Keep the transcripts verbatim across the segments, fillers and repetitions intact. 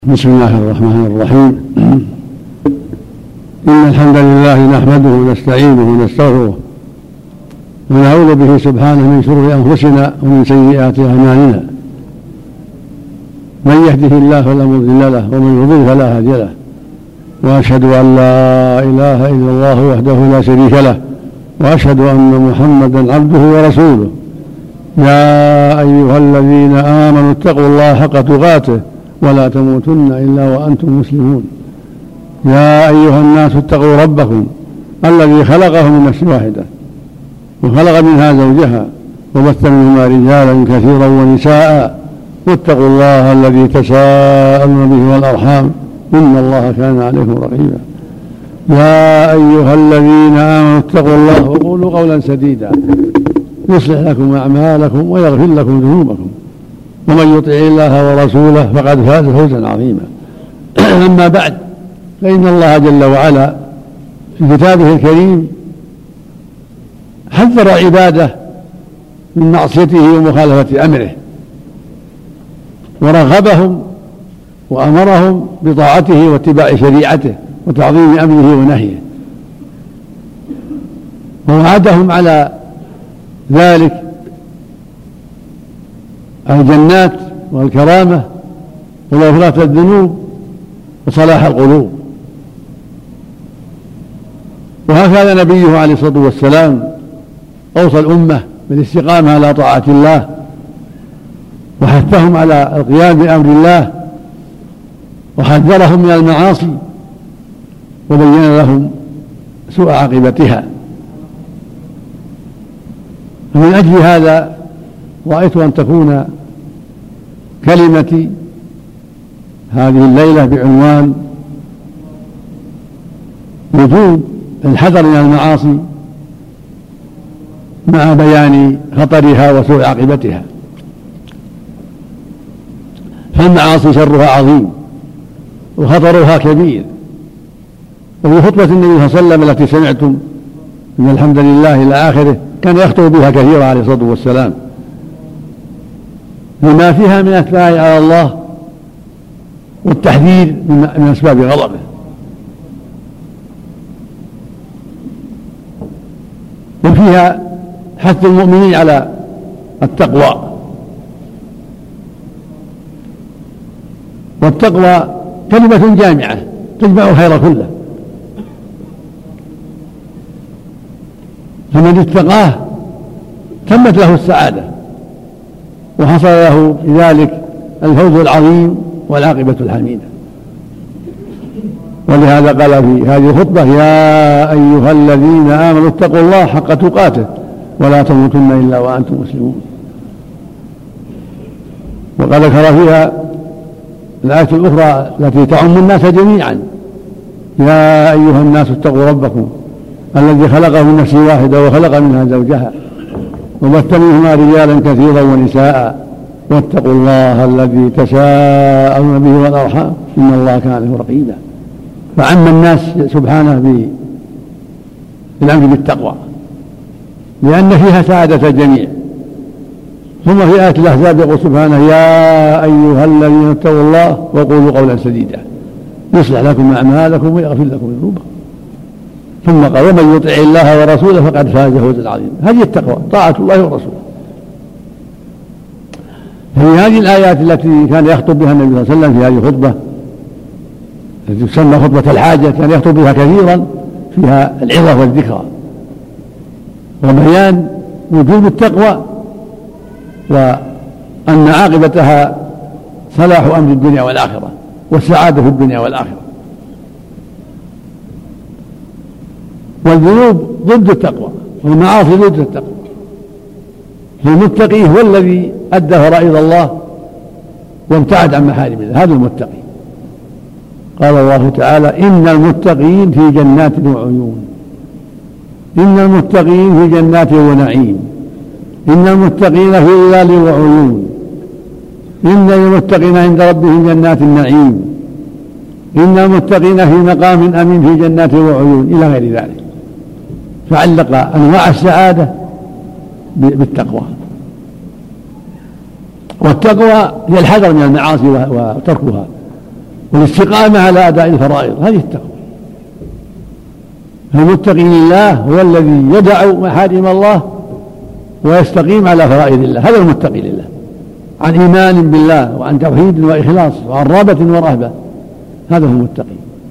بسم الله الرحمن الرحيم. إن الحمد لله نحمده ونستعينه ونستغفره ونعوذ به سبحانه من شرور أنفسنا ومن سيئات أعمالنا. من يهده الله فلا مضل له ومن يضلل فلا هادي له، وأشهد أن لا إله إلا الله وحده لا شريك له، وأشهد أن محمدا عبده ورسوله. يا أيها الذين آمنوا اتقوا الله حق تقاته ولا تموتن إلا وأنتم مسلمون. يا أيها الناس اتقوا ربكم الذي خلقهم من نفس واحدة وخلق منها زوجها وبث منهما رجالا كثيرا ونساء، واتقوا الله الذي تساءلون به والأرحام إن الله كان عليكم رقيبا. يا أيها الذين آمنوا اتقوا الله وقولوا قولا سديدا يصلح لكم أعمالكم ويغفر لكم ذنوبكم، ومن يطع الله ورسوله فقد فاز فوزا عظيما. أما بعد، فإن الله جل وعلا في كتابه الكريم حذر عباده من معصيته ومخالفة أمره، ورغبهم وأمرهم بطاعته واتباع شريعته وتعظيم أمره ونهيه، ووعدهم على ذلك الجنات والكرامة ومغفرة الذنوب وصلاح القلوب. وهكذا نبيه عليه الصلاة والسلام أوصى الأمة بالاستقامة على طاعة الله، وحثهم على القيام بأمر الله، وحذرهم من المعاصي، وبين لهم سوء عاقبتها. فمن أجل هذا رأيت أن تكون كلمتي هذه الليلة بعنوان وجوب الحذر من المعاصي مع بيان خطرها وسوء عاقبتها. فالمعاصي شرها عظيم وخطرها كبير. وفي خطبة النبي صلى الله عليه وسلم التي سمعتم إن الحمد لله إلى آخره كان يخطب بها كثيرا عليه الصلاة والسلام، لما فيها من الثناء على الله والتحذير من أسباب غضبه. وفيها حث المؤمنين على التقوى، والتقوى كلمة جامعة تجمع الخير كله، فمن اتقاه تمت له السعادة وحصل له بذلك الفوز العظيم والعاقبة الحميدة. ولهذا قال في هذه الخطبة: يا أيها الذين آمنوا اتقوا الله حق تقاته ولا تموتن إلا وأنتم مسلمون. وقد ذكر فيها الآية الأخرى التي تعم الناس جميعا: يا أيها الناس اتقوا ربكم الذي خلق من نفس واحدة وخلق منها زوجها وبث منهما رجالا كثيرا ونساء، واتقوا الله الذي تساءلون به والأرحام إن الله كان عليكم رقيبا. فعم الناس سبحانه بالأمر بالتقوى لأن فيها سعادة الجميع. ثم في آية الأحزاب يقول سبحانه: يا أيها الذين اتقوا الله وقولوا قولا سديدا يصلح لكم أعمالكم ويغفر لكم ذنوبكم. ثم قال: ومن يطع الله ورسوله فقد فاز فوزا عظيما. هذه التقوى، طاعة الله ورسوله. ففي هذه الآيات التي كان يخطب بها النبي صلى الله عليه وسلم في هذه الخطبة التي تسمى خطبة الحاجة، كان يخطب بها كثيرا، فيها العظة والذكرى وبيان وجوب التقوى، وأن عاقبتها صلاح أمر الدنيا والآخرة والسعادة في الدنيا والآخرة. والذنوب ضد التقوى والمعاصي ضد التقوى. المتقي هو الذي أدى فرائض الله وابتعد عن محارم الله، هذا المتقي. قال الله تعالى: إن المتقين في جنات وعيون. إن المتقين في جنات ونعيم. إن المتقين في ظلال وعيون. إن المتقين عند ربهم جنات النعيم. إن المتقين في مقام أمين في جنات وعيون، إلى غير ذلك. فعلق أنواع السعادة بالتقوى. والتقوى هي الحذر من المعاصي وتركها، والاستقامة على أداء الفرائض، هذه التقوى. المتقي لله هو الذي يدع محارم الله ويستقيم على فرائض الله، هذا المتقي لله، عن إيمان بالله وعن توحيد وإخلاص وعن رغبة ورهبة، هذا هو المتقي.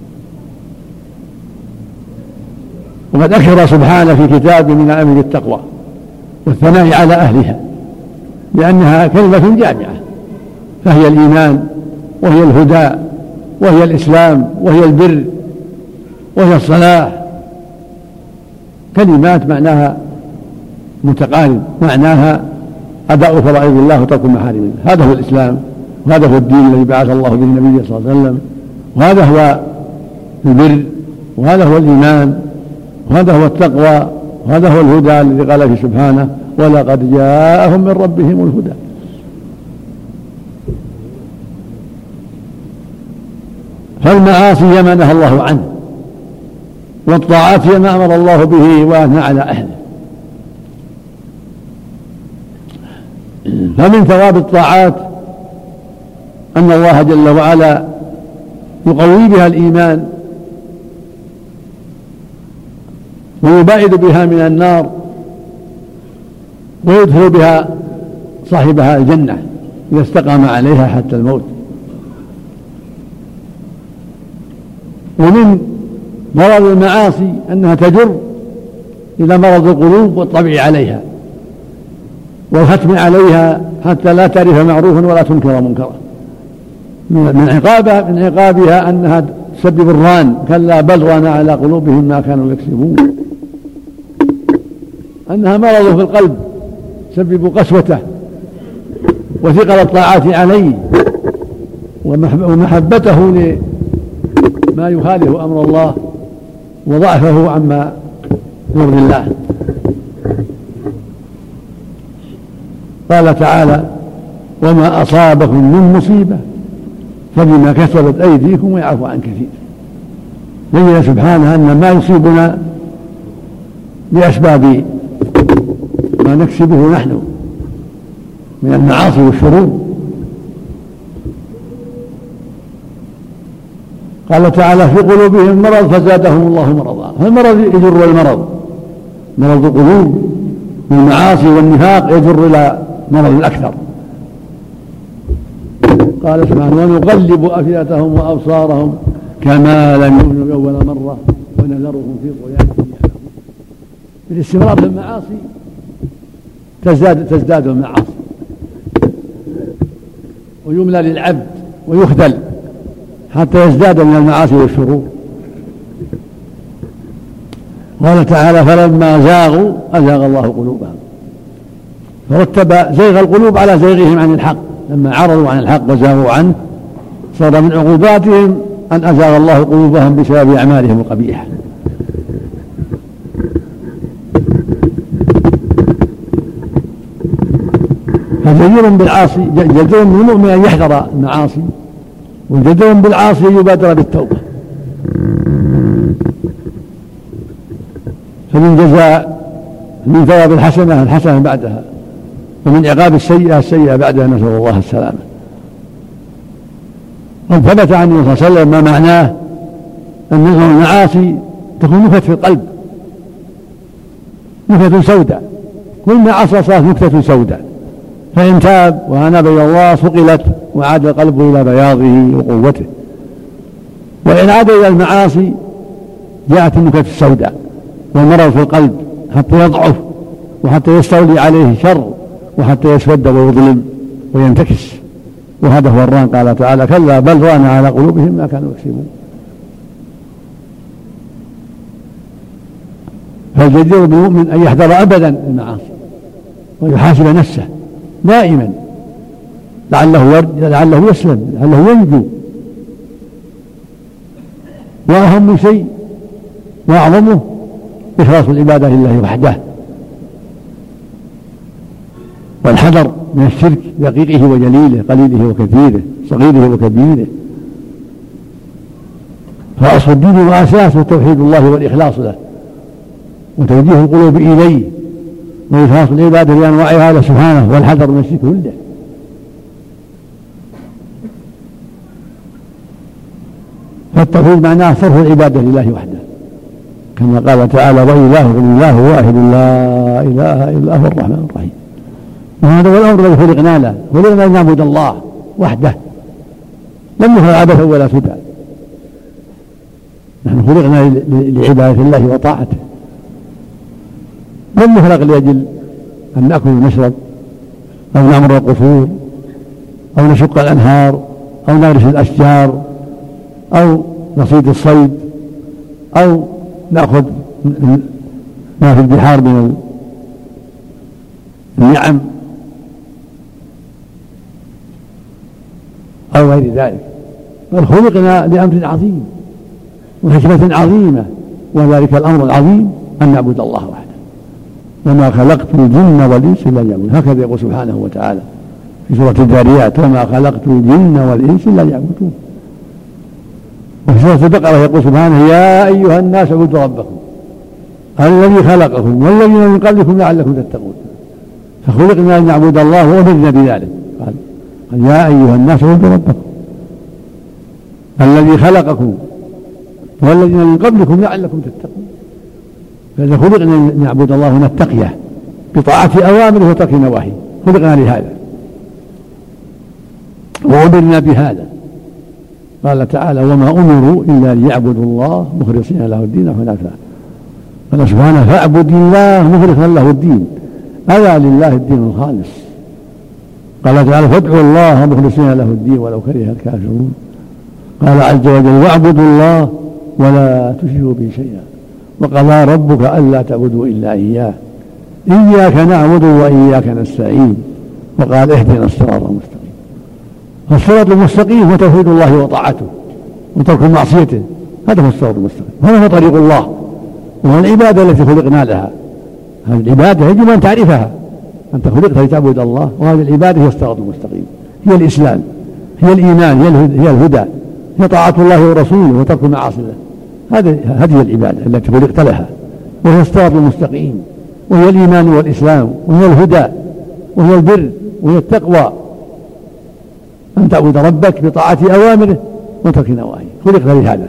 وقد أكثر سبحانه في كتابه من أمر التقوى والثناء على أهلها، لأنها كلمة جامعة، فهي الإيمان وهي الهدى وهي الإسلام وهي البر وهي الصلاح، كلمات معناها متقارب، معناها أداء فرائض الله وترك محارم الله، هذا هو الإسلام وهذا هو الدين الذي بعث الله به النبي صلى الله عليه وسلم، وهذا هو البر وهذا هو الإيمان وهذا هو التقوى وهذا هو الهدى الذي قال فيه سبحانه ولقد جاءهم من ربهم الهدى. فالمعاصي هي ما نهى الله عنه، والطاعات هي ما أمر الله به وأثنى على أهله. فمن ثواب الطاعات أن الله جل وعلا يقوي بها الإيمان ويباعد بها من النار ويدخل بها صاحبها الجنة إذا استقام عليها حتى الموت. ومن مرض المعاصي أنها تجر إلى مرض القلوب والطبع عليها والختم عليها حتى لا تعرف معروفا ولا تنكر منكرا. من عقابها من عقابها أنها تسبب الران، كلا بل ران على قلوبهم ما كانوا يكسبون، أنها مرض في القلب تسبب قسوته وثقل الطاعات عليه ومحبته لما يخالف أمر الله وضعفه عما يرضي الله. قال تعالى وما أصابكم من مصيبة فبما كسبت أيديكم ويعفو عن كثير. بين سبحانه أن ما يصيبنا بأسباب ما نكسبه نحن من المعاصي والشرور. قال تعالى في قلوبهم مرض فزادهم الله مرضا، فالمرض يجر المرض، مرض القلوب والمعاصي والنفاق يجر إلى مرض الأكثر. قال سبحانه ونقلب أفئدتهم وأبصارهم كما لم يؤمنوا أول مرة ونذرهم في طغيانهم يعمهون. بالاستمرار في المعاصي تزداد تزداد المعاصي ويملى للعبد ويخذل حتى يزداد من المعاصي والشرور. قال تعالى فلما زاغوا أزاغ الله قلوبهم، فرتب زيغ القلوب على زيغهم عن الحق، لما عرضوا عن الحق وزاغوا عنه صار من عقوباتهم أن أزاغ الله قلوبهم بسبب أعمالهم القبيحة. فجدير بالعاصي جدير بالمؤمن أن يحذر المعاصي، وجدير بالعاصي يبادر بالتوبة. فمن جزاء من ثواب الحسنة الحسنة بعدها، ومن عقاب السيئة السيئة بعدها، نسأل الله السلامة. قد ثبت عن النبي صلى الله عليه وسلم ما معناه أن المعاصي تكون نكتة في القلب، نكتة سوداء، كل ما عصى صارت نكتة سوداء، فإن تاب وأناب إلى الله صقلت وعاد القلب إلى بياضه وقوته، وإن عاد إلى المعاصي جاءت النكتة السوداء والمرض في القلب حتى يضعف وحتى يستولي عليه شر وحتى يسود ويظلم وينتكس، وهذا هو الران. قال تعالى كلا بل ران على قلوبهم ما كانوا يكسبون. فالجدير بالمؤمن أن يحذر أبدا المعاصي ويحاسب نفسه دائما لعله لعله يسلم، لعله ينجو. وأهم شيء وأعظمه إخلاص العبادة لله وحده، والحذر من الشرك دقيقه وجليله، قليله وكثيره، صغيره وكبيره. فأصل الدين وأساسه توحيد الله والإخلاص له وتوجيه القلوب إليه وإخلاص العبادة لأنواعها له سبحانه، والحذر من الشرك كله. فالتوحيد معناه صرف العبادة لله وحده، كما قال تعالى وإلهكم إله واحد لا إله إلا هو الرحمن الرحيم. وهذا هو الأمر الذي خلقنا له، خلقنا لنعبد الله وحده، لم نخلق عبثا ولا سدى. نحن خلقنا لعبادة الله وطاعته، لم نخلق لأجل أن نأكل ونشرب أو نعمر القصور أو نشق الأنهار أو نغرس الأشجار أو نصيد الصيد أو نأخذ ما في البحار من النعم أو غير ذلك، بل خلقنا لأمر عظيم وحكمة عظيمة، وذلك الأمر العظيم أن نعبد الله وحده. وما خلقت الجن والإنس إلا ليعبدون، هكذا يقول سبحانه وتعالى في سورة الذاريات وما خلقت الجن والإنس إلا ليعبدون. وفي سورة البقرة يقول سبحانه يا أيها الناس اعبدوا ربكم الذي خلقكم والذين من قبلكم لعلكم تتقون. فخلقنا أن نعبد الله وأمرنا بذلك، قال يا أيها الناس اعبدوا ربكم الذي خلقكم والذين من قبلكم لعلكم تتقون. فإذا خلقنا أن نعبد الله ونتقيه بطاعة أوامره وترك نواهيه، خلقنا لهذا وأمرنا بهذا. قال تعالى وما أمروا إلا ليعبدوا الله مخلصين له الدين حنفاء. قال سبحانه فاعبد الله مخلصا له الدين، ألا لله الدين الخالص. قال تعالى فادعوا الله مخلصين له الدين ولو كره الكافرون. قال عز وجل واعبدوا الله ولا تشركوا به شيئا وقضى ربك ألا تعبدوا إلا إياه إياك نعبد وإياك نستعين. وقال اهدنا الصراط المستقيم. فالصراط المستقيم هو توحيد الله وطاعته وترك معصيته، هذا هو الصراط المستقيم، هذا هو طريق الله وهو العبادة التي خلقنا لها. هذه العبادة يجب أن تعرفها، أنت خلقت لتعبد الله، وهذه العبادة هي الصراط المستقيم، هي الإسلام، هي الإيمان، هي الهدى، هي طاعة الله ورسوله وترك معاصي الله. هذه هذه العبادة التي خلقت لها، وهي الصراط المستقيم، وهي الإيمان والإسلام، وهي الهدى، وهي البر، وهي التقوى، أن تعبد ربك بطاعة أوامره وترك نواهيه. خلقت لهذا.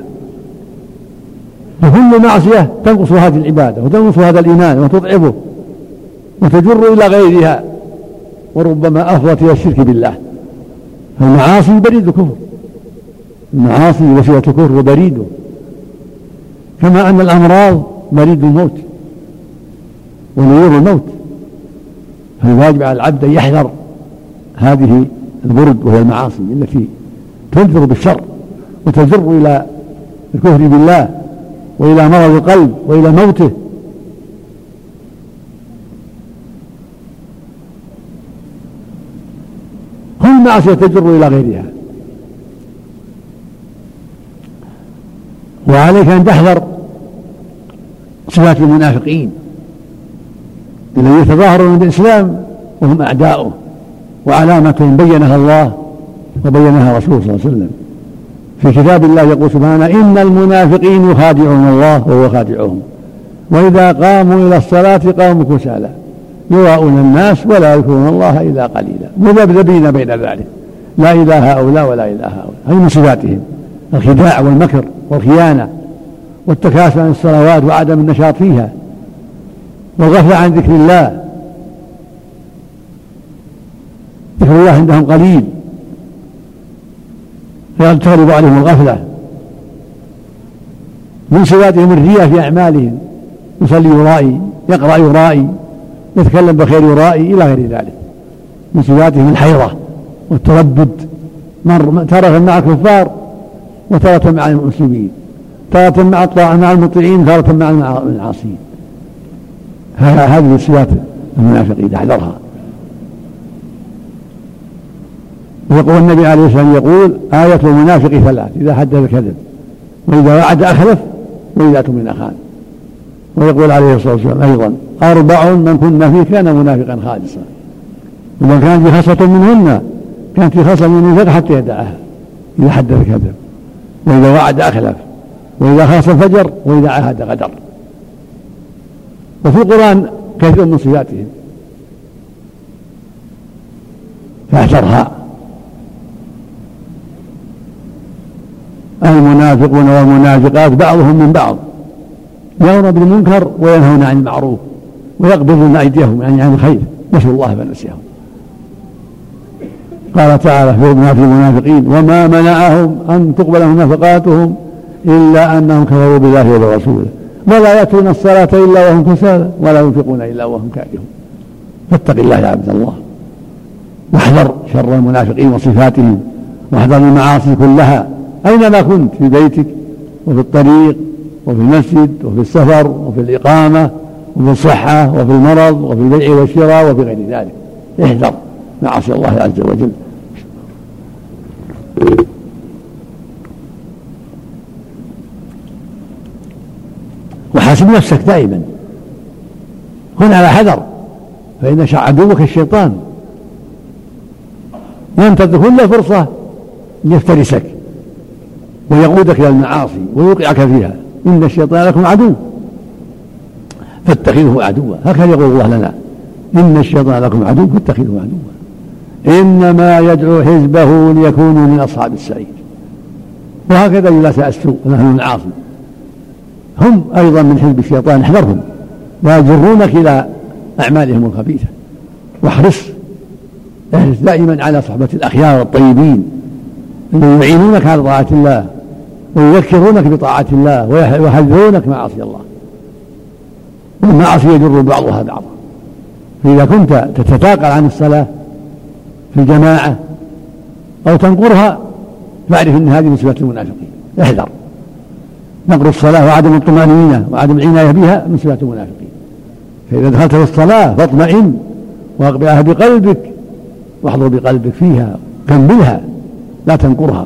فكل معصية تنقص هذه العبادة وتنقص هذا الإيمان وتضعفه وتجر إلى غيرها، وربما أفضت إلى الشرك بالله. فالمعاصي بريد كفر، المعاصي وسيلة كفر وبريده، كما أن الأمراض بريد الموت ونور الموت. فالواجب على العبد أن يحذر هذه البرد وهي المعاصي التي تنذر بالشر وتجر إلى الكفر بالله وإلى مرض القلب وإلى موته. كل معصية تجر إلى غيرها. وعليك أن تحذر صفات المنافقين الذين يتظاهرون بالإسلام وهم أعداؤه، وعلامة بينها الله وبينها رسوله صلى الله عليه وسلم في كتاب الله. يقول سبحانه إن المنافقين يخادعون الله وهو خادعهم وإذا قاموا إلى الصلاة قاموا كسالى يراءون الناس ولا يذكرون الله إلا قليلا مذبذبين بين ذلك لا إله هؤلاء ولا إله هؤلاء. هذه من صفاتهم الخداع والمكر والخيانة والتكاسل عن الصلوات وعدم النشاط فيها والغفلة عن ذكر الله. ذكر الله عندهم قليل فيغلب عليهم الغفلة. من صفاتهم الرياء في أعمالهم، يصلي يرائي، يقرأ يرائي، يتكلم بخير يرائي إلى غير ذلك. من صفاتهم الحيرة والتردد، تارة مع الكفار وتارة مع المسلمين، تارة مع الطاعة مع المطيعين، تارة مع العاصين. هذه صفات المنافقين احذرها. ويقول النبي عليه الصلاة والسلام يقول آية المنافق ثلاث: إذا حدث كذب، وإذا وعد أخلف، وإذا اؤتمن خان. ويقول عليه الصلاة والسلام أيضا أربع من كنا فيه كان منافقا خالصا، ومن كانت في خصلة منهن كانت في خصلة من النفاق حتى يدعها: إذا حدث كذب، وإذا وعد أخلف، وإذا خاص فجر، وإذا عاهد غدر. وفي القرآن كثير من صفاتهم فاحذرها. المنافقون والمنافقات بعضهم من بعض يأمرون بالمنكر وينهون عن المعروف ويقبضون أيديهم يعني عن الخير، نسوا الله فنسيهم. قال تعالى في المنافقين وما منعهم أن تقبل نفقاتهم إلا أنهم كفروا بالله وبرسوله ولا يأتون الصلاة إلا وهم كسالى ولا ينفقون إلا وهم كارهون. فاتق الله يا عبد الله واحذر شر المنافقين وصفاتهم واحذر المعاصي كلها أينما كنت، في بيتك وفي الطريق وفي المسجد وفي السفر وفي الإقامة وفي الصحة وفي المرض وفي البيع والشراء وفي غير ذلك. احذر معاصي الله عز وجل. وحاسب نفسك دائما، كن على حذر، فإن عدوك الشيطان ينتظر كل فرصة ليفترسك ويقودك إلى المعاصي ويوقعك فيها. إن الشيطان لكم عدو فاتخذه عدوا، هكذا يقول الله لنا، إن الشيطان لكم عدو فاتخذه عدوا إنما يدعو حزبه ليكونوا من أصحاب السعير. وهكذا جلساء السوء ونحن المعاصي هم أيضا من حزب الشيطان، احذرهم ويجرونك إلى أعمالهم الخبيثة. واحرص احرص دائما على صحبة الأخيار الطيبين الذين يعينونك على طاعة الله ويذكرونك بطاعة الله ويحذرونك معاصي الله، والمعاصي يجر بعضها بعضا. فإذا كنت تتثاقل عن الصلاة في الجماعة أو تنقرها فاعرف أن هذه من صفات المنافقين، احذر. نقر الصلاة وعدم الطمأنينة وعدم العناية بها من صفات المنافقين. فإذا دخلت في الصلاة فاطمئن واقبلها بقلبك واحضر بقلبك فيها، كملها لا تنقرها.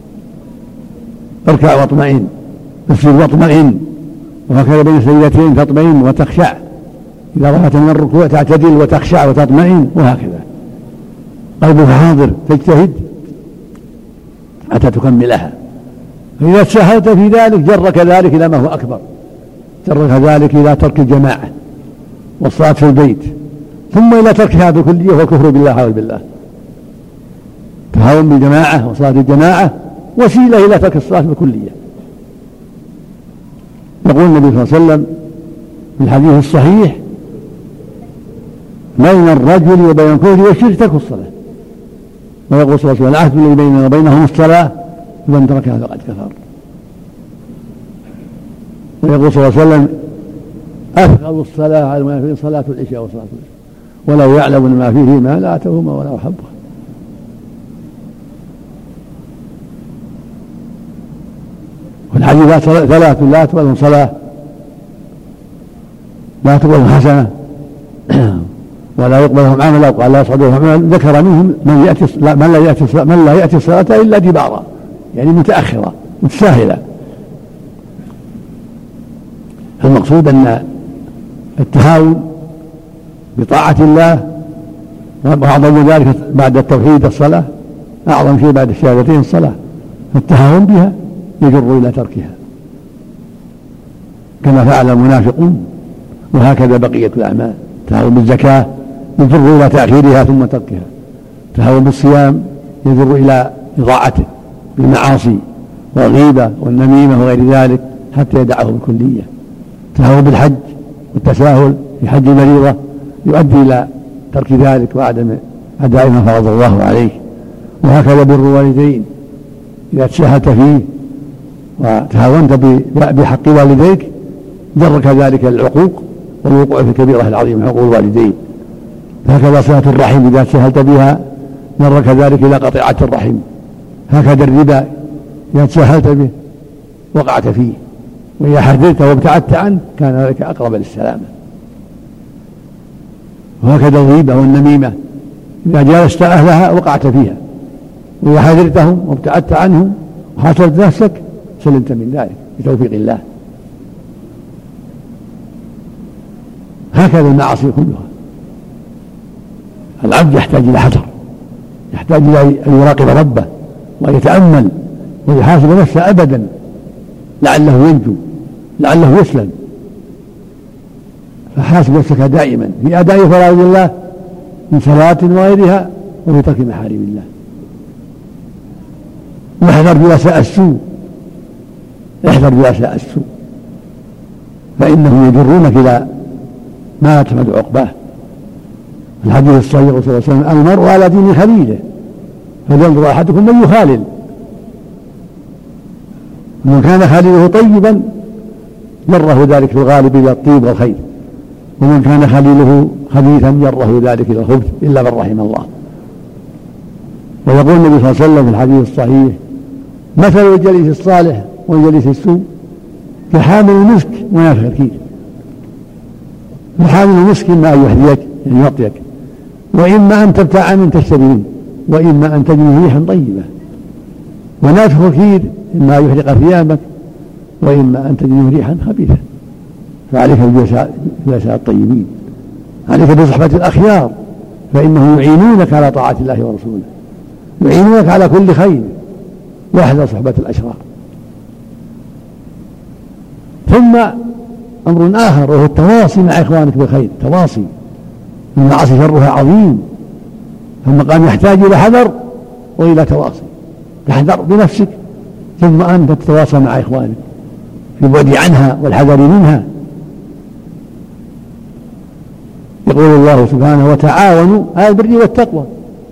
اركع واطمئن، اسجد واطمئن، وهكذا بين السجدتين تطمئن وتخشع. إذا رفعت من الركوع تعتدل وتخشع وتطمئن، وهكذا قلبك حاضر تجتهد حتى تكملها. فإذا تساهلت في ذلك جرك ذلك إلى ما هو أكبر، جرك ذلك إلى ترك الجماعة والصلاة في البيت، ثم إلى تركها بالكلية والكفر بالله حول بالله. تهاون بالجماعة وصلاة الجماعة وسيلة إلى ترك الصلاة بالكلية. يقول النبي صلى الله عليه وسلم في الحديث الصحيح بين الرجل وبين الكفر والشرك ترك الصلاة. ويقول صلى الله عليه وسلم العهد الذي بيننا وبينهم الصلاة فمن تركها فقد كفر. ويقول صلى الله عليه وسلم أثقل الصلاة على المنافقين صلاة العشاء وصلاة العشاء ولو يعلمون ما فيهما لآتوهما ولا أحبها. والحديث ثلاث لا تقبل صلاة، لا تقبل حسنة ولا يقبلهم عمل، وقال لا يصعدهم عمل. ذكر منهم من يأتي من لا يأتي من لا يأتي الصلاة إلا دبارا، يعني متأخرة متساهلة. المقصود أن التهاون بطاعة الله وأعظم ذلك بعد التوحيد الصلاة، أعظم شيء بعد الشهادتين الصلاة، فالتهاون بها يجر إلى تركها كما فعل المنافقون. وهكذا بقية الأعمال، التهاون بالزكاة يجر إلى تأخيرها ثم تركها، التهاون بالصيام يجر إلى إضاعته بالمعاصي والغيبة والنميمة وغير ذلك حتى يدعه بالكلية. التهاون بالحج والتساهل في حج المريضة يؤدي إلى ترك ذلك وعدم أداء ما فرض الله عليه. وهكذا بر الوالدين، إذا تساهلت فيه وتهاونت بحق والديك جرك ذلك العقوق والوقوع في الكبيرة العظيمة حقوق الوالدين. هكذا صلة الرحم إذا تساهلت بها جرك ذلك إلى قطيعة الرحم. هكذا الربا إذا تساهلت به وقعت فيه، وإذا حذرته وابتعدت عنه كان ذلك أقرب للسلامة. وهكذا الغيبة والنميمة إذا جالست أهلها وقعت فيها، وإذا حذرتهم وابتعدت عنهم وحصلت نفسك سلمت من ذلك بتوفيق الله. هكذا المعاصي كلها. العبد يحتاج إلى حذر، يحتاج إلى أن يراقب ربه ويتأمل ويحاسب نفسه أبدا لعله ينجو لعله يسلم. فحاسب نفسك دائما في أداء فرائض الله من صلاة وغيرها وفي ترك محارم الله. واحذر جلساء السوء احذر جلساء السوء فإنهم يجرونك إلى ما تحمد عقباه. الحديث الصحيح صلى الله عليه وسلم المرء على دين خليله فلينظر أحدكم من يخالل. ومن كان خليله طيبا جره ذلك في الغالب إلى الطيب والخير، ومن كان خليله خبيثا جره ذلك إلى الخبث إلا من رحم الله. ويقول النبي صلى الله عليه وسلم في الحديث الصحيح مثل الجليس الصالح والجليس السوء كحامل المسك ونافخ الكير. فحامل المسك إما أن يحذيك يعني يعطيك، وإما أن تبتاع من تشتري منه، وإما أن تجد ريحا طيبة. ونافخ الكير إما أن يحرق ثيابك، وإما أن تجد ريحا خبيثا. فعليك بجلساء الطيبين، عليك بصحبة الأخيار، فإنهم يعينونك على طاعة الله ورسوله، يعينونك على كل خير. واحذر صحبة الأشرار. ثم أمر آخر وهو التواصي مع إخوانك بالخير، تواصي. المعاصي شرها عظيم، فالمقام يحتاج إلى حذر وإلى تواصي. تحذر بنفسك ثم أنت تتواصى مع إخوانك في البعد عنها والحذر منها. يقول الله سبحانه وتعاونوا على البر والتقوى،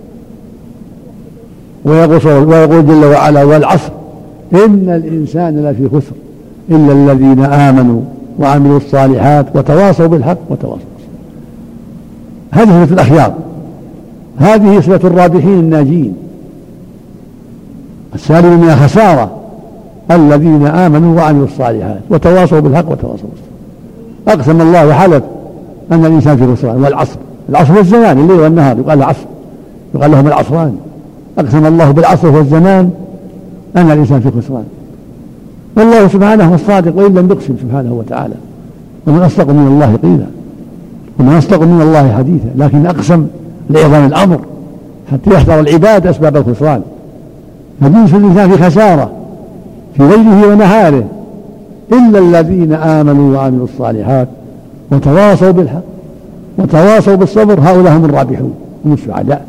ويقول جل وعلا والعصر إن الإنسان لفي خسر إلا الذين آمنوا وعملوا الصالحات وتواصوا بالحق وتواصوا بالصبر. هذه صفة الأخيار، هذه صفة الرابحين الناجين السالمين من الخسارة الذين آمنوا وعملوا الصالحات وتواصوا بالحق وتواصوا بالصبر. أقسم الله وحلف أن الإنسان في خسران. والعصر، العصر هو الزمان، الليل والنهار يقال العصر، يقال لهم العصران. أقسم الله بالعصر والزمان أن الإنسان في خسران. والله سبحانه هو الصادق وإن لم يقسم سبحانه وتعالى، ومن أصدق من الله قيلا ومن أصدق من الله حديثا، لكن أقسم لعظم الأمر حتى يحذر العباد أسباب الخسران. فجنس الإنسان في خسارة في ليله ونهاره إلا الذين آمنوا وعملوا الصالحات وتواصوا بالحق وتواصوا بالصبر، هؤلاء هم الرابحون هم السعداء.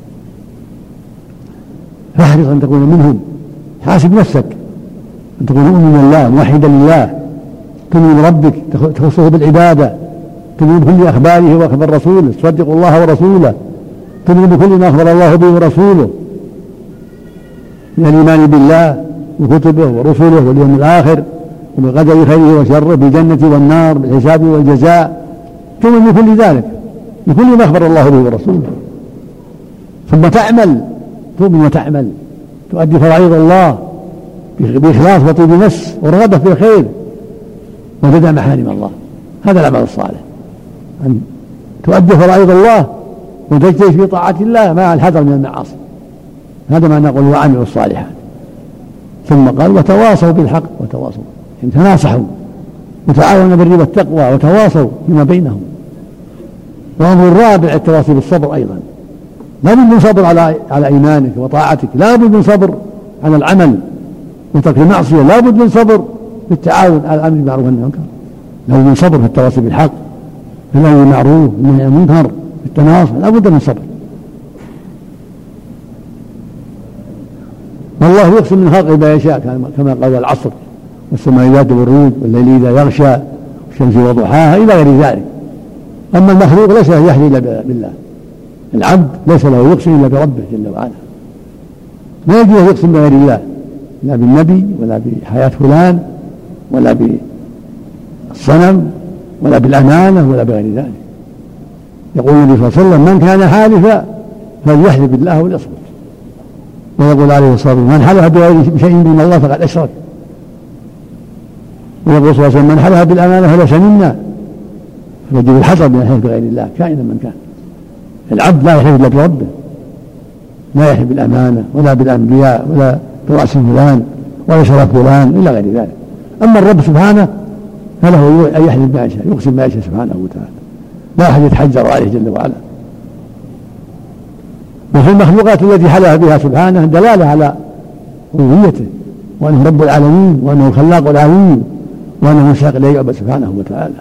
فاحرص أن تكون منهم، حاسب نفسك أن تكون مؤمنا لله موحدا لله، تؤمن بربك، تخصه بالعبادة، تؤمن بكل أخباره وأخبار رسوله، تصدق الله ورسوله، تؤمن بكل ما أخبر الله به ورسوله من الإيمان بالله وكتبه ورسله واليوم الآخر وبالقدر خيره وشره، بالجنة والنار، بالحساب والجزاء. تؤمن بكل ذلك، بكل ما أخبر الله به ورسوله. ثم تعمل، تؤمن وتعمل، تؤدي فرائض الله بإخلاص وطيب نفس ورغبة في الخير، وتدع محارم الله. هذا العمل الصالح، أن تؤدي فرائض الله وتجتهد في طاعة الله مع الحذر من المعاصي. هذا ما نقول وعملوا الصالحات. ثم قال وتواصوا بالحق وتواصوا، يعني تناصحوا وتعاونوا بالبر والتقوى وتواصوا فيما بينهم. والأمر الرابع التواصي بالصبر أيضا. لا بد من صبر على على إيمانك وطاعتك، لا بد من صبر على العمل وترك المعصية، لا بد من صبر في التعاون على الأمر بالمعروف والنهي عن المنكر، لا بد من صبر في التواصي بالحق، في الأمر بالمعروف والنهي عن المنكر، في التناصح، لا بد من صبر. والله يقسم من خلقه ما يشاء كما قال العصر والسماء ذات البروج والليل إذا يغشى والشمس وضحاها إلى غير ذلك. أما المخلوق ليس يحيي إلا بالله، العبد ليس له يقسم إلا بربه جل وعلا. لا يجوز يقسم بغير الله، لا بالنبي ولا بحياة فلان ولا بالصنم ولا بالأمانة ولا بغير ذلك. يقول النبي صلى الله عليه وسلم من كان حالفا فليحلف بالله وليصمت. ويقول عليه الصلاة والسلام من حلف بغير شيء دون الله فقد أشرك. ويقول صلى الله عليه وسلم من حلف بالأمانة فليس منا. فيجب الحذر من الحلف بغير الله كائنا من كان. العبد لا يحلف إلا بربه، لا يحلف بالأمانة ولا بالأنبياء ولا برأس فلان ولا شرف فلان إلا غير ذلك. أما الرب سبحانه فله أن يحلف ما يشاء، يقسم ما يشاء سبحانه وتعالى، لا أحد يتحجر عليه جل وعلا. وفي المخلوقات التي حلف بها سبحانه دلالة على ربوبيته وأنه رب العالمين وأنه الخلاق العليم وأنه مشتاق إليه يعبد سبحانه وتعالى.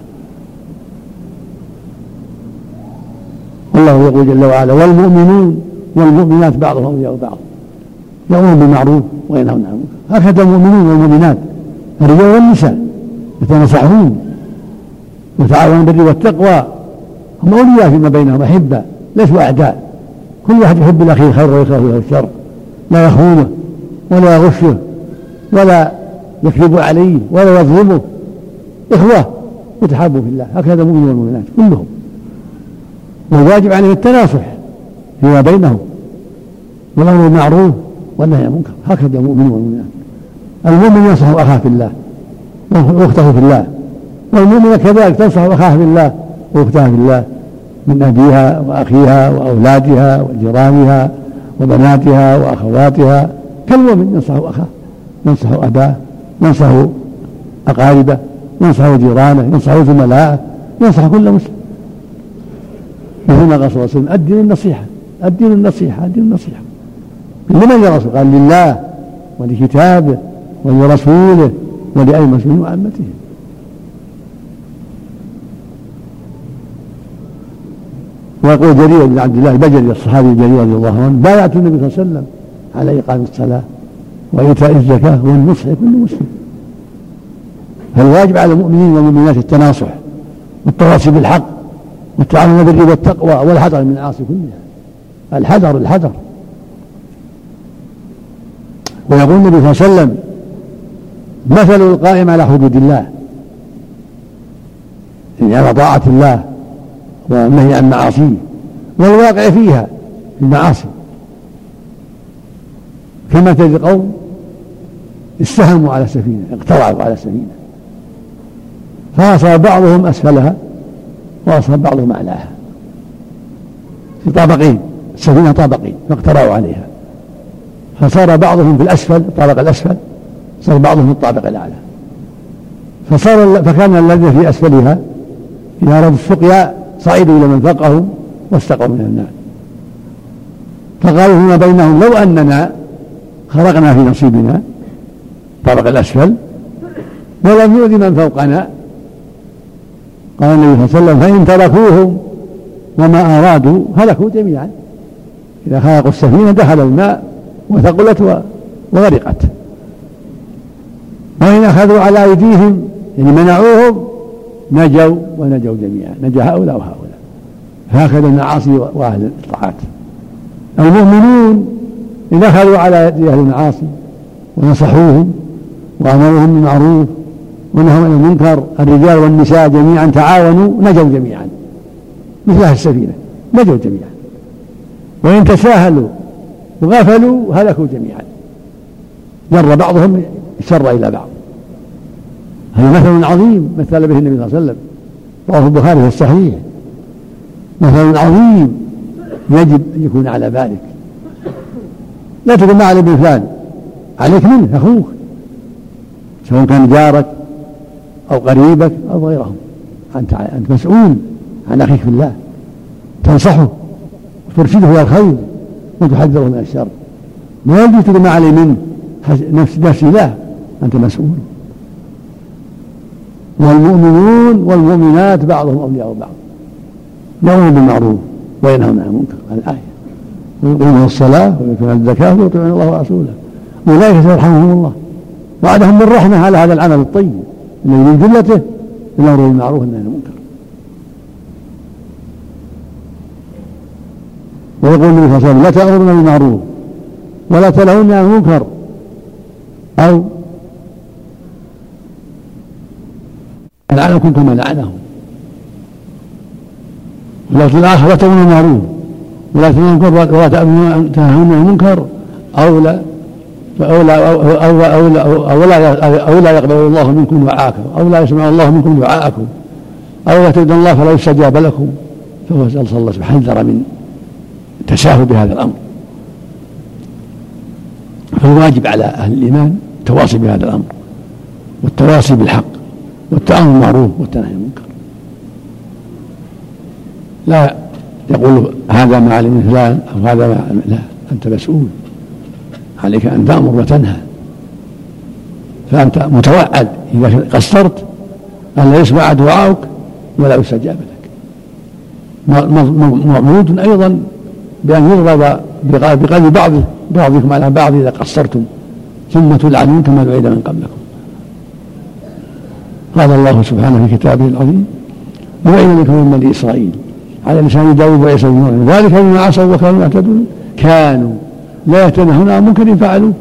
الله يقول جل وعلا والمؤمنون والمؤمنات بعضهم أولياء بعض يأمرون بالمعروف وينهون عن المنكر. هكذا المؤمنون والمؤمنات الرجال والنساء يتناصحون وتعاونون بالبر والتقوى، هم أولياء فيما بينهم، أحبة ليسوا أعداء، كل واحد يحب الأخير الخير ويكره له الشر، لا يخونه ولا يغشه ولا يكذب عليه ولا يظلمه، إخوة يتحابوا في الله، هكذا المؤمنون والمؤمنات كلهم، والواجب عليهم التناصح فيما بينهم والأمر بالمعروف والنهي عن المنكر، هكذا المؤمنون والمؤمنات. المؤمن ينصح أخاه في الله وأخته في الله، والمؤمنة كذلك تنصح أخاها في الله وأختها في الله من أبيها وأخيها وأولادها وجيرانها وبناتها وأخواتها، كالمؤمن ينصح أخاه، ينصح أباه، ينصح أقاربه، ينصح جيرانه، ينصح زملائه، ينصح كل مسلم. وهنا قال صلى الله عليه وسلم الدين النصيحة، الدين النصيحة، الدين النصيحة لمن يا رسول؟ قال لله ولكتابه ولرسوله ولأي مسلم وعامته. ويقول جرير بن عبد الله البجلي الصحابي الجليل رضي الله عنه بايعت النبي صلى الله عليه وسلم على إقام الصلاة وإيتاء الزكاة والنصح لكل مسلم. فالواجب على المؤمنين والمؤمنات التناصح والتواصي بالحق والتعاون بالبر والتقوى والحذر من المعاصي كلها، الحذر الحذر. ويقول النبي صلى الله عليه وسلم مثل القائم على حدود الله، يعني على طاعة الله والنهي عن معاصيه والواقع فيها المعاصي، كما تجد قوم استهموا على سفينة، اقترعوا على سفينة فأصاب بعضهم أسفلها وأصاب بعضهم أعلاها، في طابقين، السفينة طابقين فاقترعوا عليها، فصار بعضهم في الأسفل الطابق الأسفل، صار بعضهم في الطابق الأعلى، فصار فكان الذين في أسفلها إذا أرادوا السقيا صعدوا إلى من فوقهم واستقوا من الماء، فقالوا فيما بينهم لو أننا خرقنا في نصيبنا الطابق الأسفل ولم يؤذي من فوقنا، قال النبي صلى الله عليه وسلم فإن تركوهم وما أرادوا هلكوا جميعا، إذا خرقوا السفينة دخل الماء وثقلت وغرقت، وإن أخذوا على أيديهم يعني منعوهم نجوا ونجوا جميعا، نجا هؤلاء وهؤلاء. هكذا المعاصي وأهل الطاعات. المؤمنون إذا أخذوا على يد أهل المعاصي ونصحوهم وأمروهم بالمعروف ونهوا عن المنكر، الرجال والنساء جميعا تعاونوا نجوا جميعا مثل أهل السفينة، نجوا جميعا. وإن تساهلوا وغفلوا هلكوا جميعا، جر بعضهم الشر إلى بعض. هذا مثل عظيم مثل به النبي صلى الله عليه وسلم، رواه البخاري في الصحيح، مثل عظيم يجب أن يكون على بالك. لا تقول ما علي بفلان، عليك منه أخوك، سواء كان جارك أو قريبك أو غيرهم، أنت أنت مسؤول عن أخيك في الله، تنصحه وترشده إلى الخير وتحذره من الشر. ما يجب تقول ما علي منه، نفسي نفسي لا، أنت مسؤول. والمؤمنون والمؤمنات بعضهم أولياء بعض، يأمرون بالمعروف وينهون عن المنكر، الآية، ويقيمون الصلاة ويؤتون الزكاة ويطيعون الله ورسوله أولئك سيرحمهم الله، وعدهم بالرحمة على هذا العمل الطيب الذي من جملته الأمر بالمعروف والنهي عن المنكر. ويقول النبي صلى الله عليه وسلم لا تأمرون بالمعروف ولا تنهون عن المنكر، أو لعنكم كما لعنهم، ولكن الآخر لا تأمرون بالمعروف ولا تنهون عن المنكر أو لا أو لا أو لا أو لا أو لا أو لا يقبل الله منكم دعاءكم أو لا يسمع الله منكم دعاءكم أو لا تدعوا الله فلا يستجاب لكم، فهو صلى الله عليه وسلم حذر من التساهل بهذا الأمر. فالواجب على أهل الإيمان التواصي بهذا الأمر والتواصي بالحق والتأمر بالمعروف والتنهي عن المنكر. لا يقول هذا ما علي من فلان أو هذا ما، لا، أنت مسؤول، عليك أن تأمر وتنهى، فأنت متوعد إذا قصرت أن لا يسمع دعاؤك ولا يستجاب لك. موعود أيضا بأن يضرب بقلب بعض بعضكم على بعض إذا قصرتم ثم تلعنون كما لعن من قبلكم. قال الله سبحانه في كتابه العظيم: وإن منكم من بني إسرائيل على لسان داود وعيسى بن مريم ذلك بما عصوا وكانوا يعتدون كانوا لا يتناهون عن منكر فعلوه.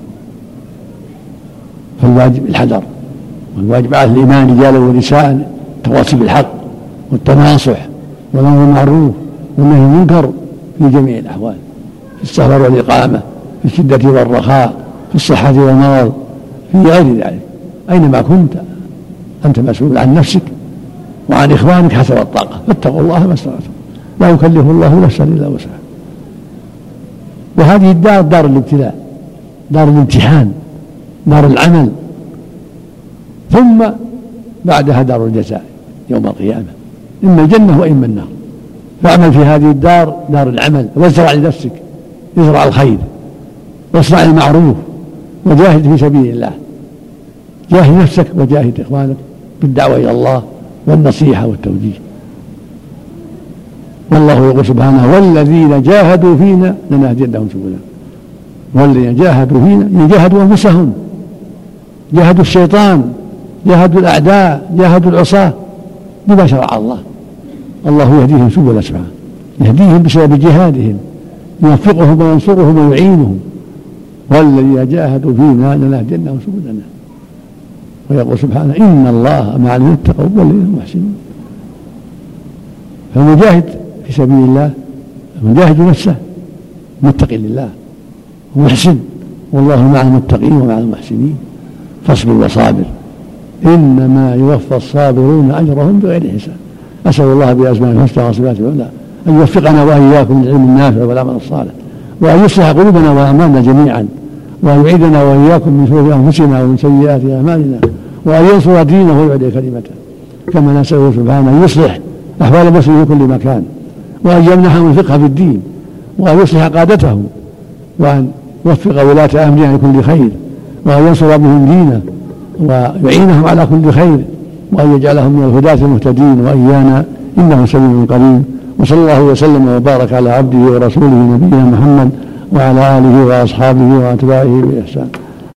فالواجب الحذر، والواجب على الإيمان رجالا ونساء التواصي بالحق والتناصح والأمر بالمعروف والنهي عن المنكر في جميع الأحوال، في السفر والإقامة، في الشدة والرخاء، في الصحة والمرض، في غير ذلك. أينما كنت أنت مسؤول عن نفسك وعن إخوانك حسب الطاقة، فاتقوا الله ما استطعتم، لا يكلف الله نفسا إلا وسعها. وهذه الدار دار الابتلاء، دار الامتحان، دار العمل، ثم بعدها دار الجزاء يوم القيامة، إما الجنة وإما النار. فاعمل في هذه الدار دار العمل، وازرع لنفسك، ازرع الخير واصنع المعروف وجاهد في سبيل الله، جاهد نفسك وجاهد إخوانك بالدعوة إلى الله والنصيحة والتوجيه. والله يقول سبحانه: والذين جاهدوا فينا لنهدينهم سبلنا. والذين جاهدوا فينا جاهدوا أنفسهم، جاهدوا الشيطان، جاهدوا الأعداء، جاهدوا العصاة بما شرع الله. الله يهديهم سبل سبحانه، يهديهم بسبب جهادهم، يوفقهم وينصرهم ويعينهم. والذين جاهدوا فينا لنهدينهم سبلنا. ويقول سبحانه: إن الله مع الذين اتقوا والذين هم محسنون. فالمجاهد في سبيل الله المجاهد نفسه متقي لله ومحسن، والله مع المتقين ومع المحسنين. فاصبر وصابر إنما يوفى الصابرون أجرهم بغير حساب. أسأل الله بأسمائه الحسنى وصفاته العلى أن يوفقنا وإياكم للعلم النافع والعمل الصالح، وأن يصلح قلوبنا وأعمالنا جميعا، وأن يعيدنا وإياكم من شرور أنفسنا ومن سيئات أعمالنا، وأن ينصر دينه ويعلي كلمته. كما نسأله سبحانه أن يصلح أحوال المسلمين في كل مكان، وأن يمنحهم الفقه في الدين، وأن يصلح قادته، وأن يوفق ولاة أمرنا لكل خير، وأن ينصر بهم دينه ويعينهم على كل خير، وأن يجعلهم من الهداة المهتدين وإيانا إنه سميع قريب. وصلى الله وسلم وبارك على عبده ورسوله نبينا محمد وعلى آله وأصحابه وأتباعه بإحسان.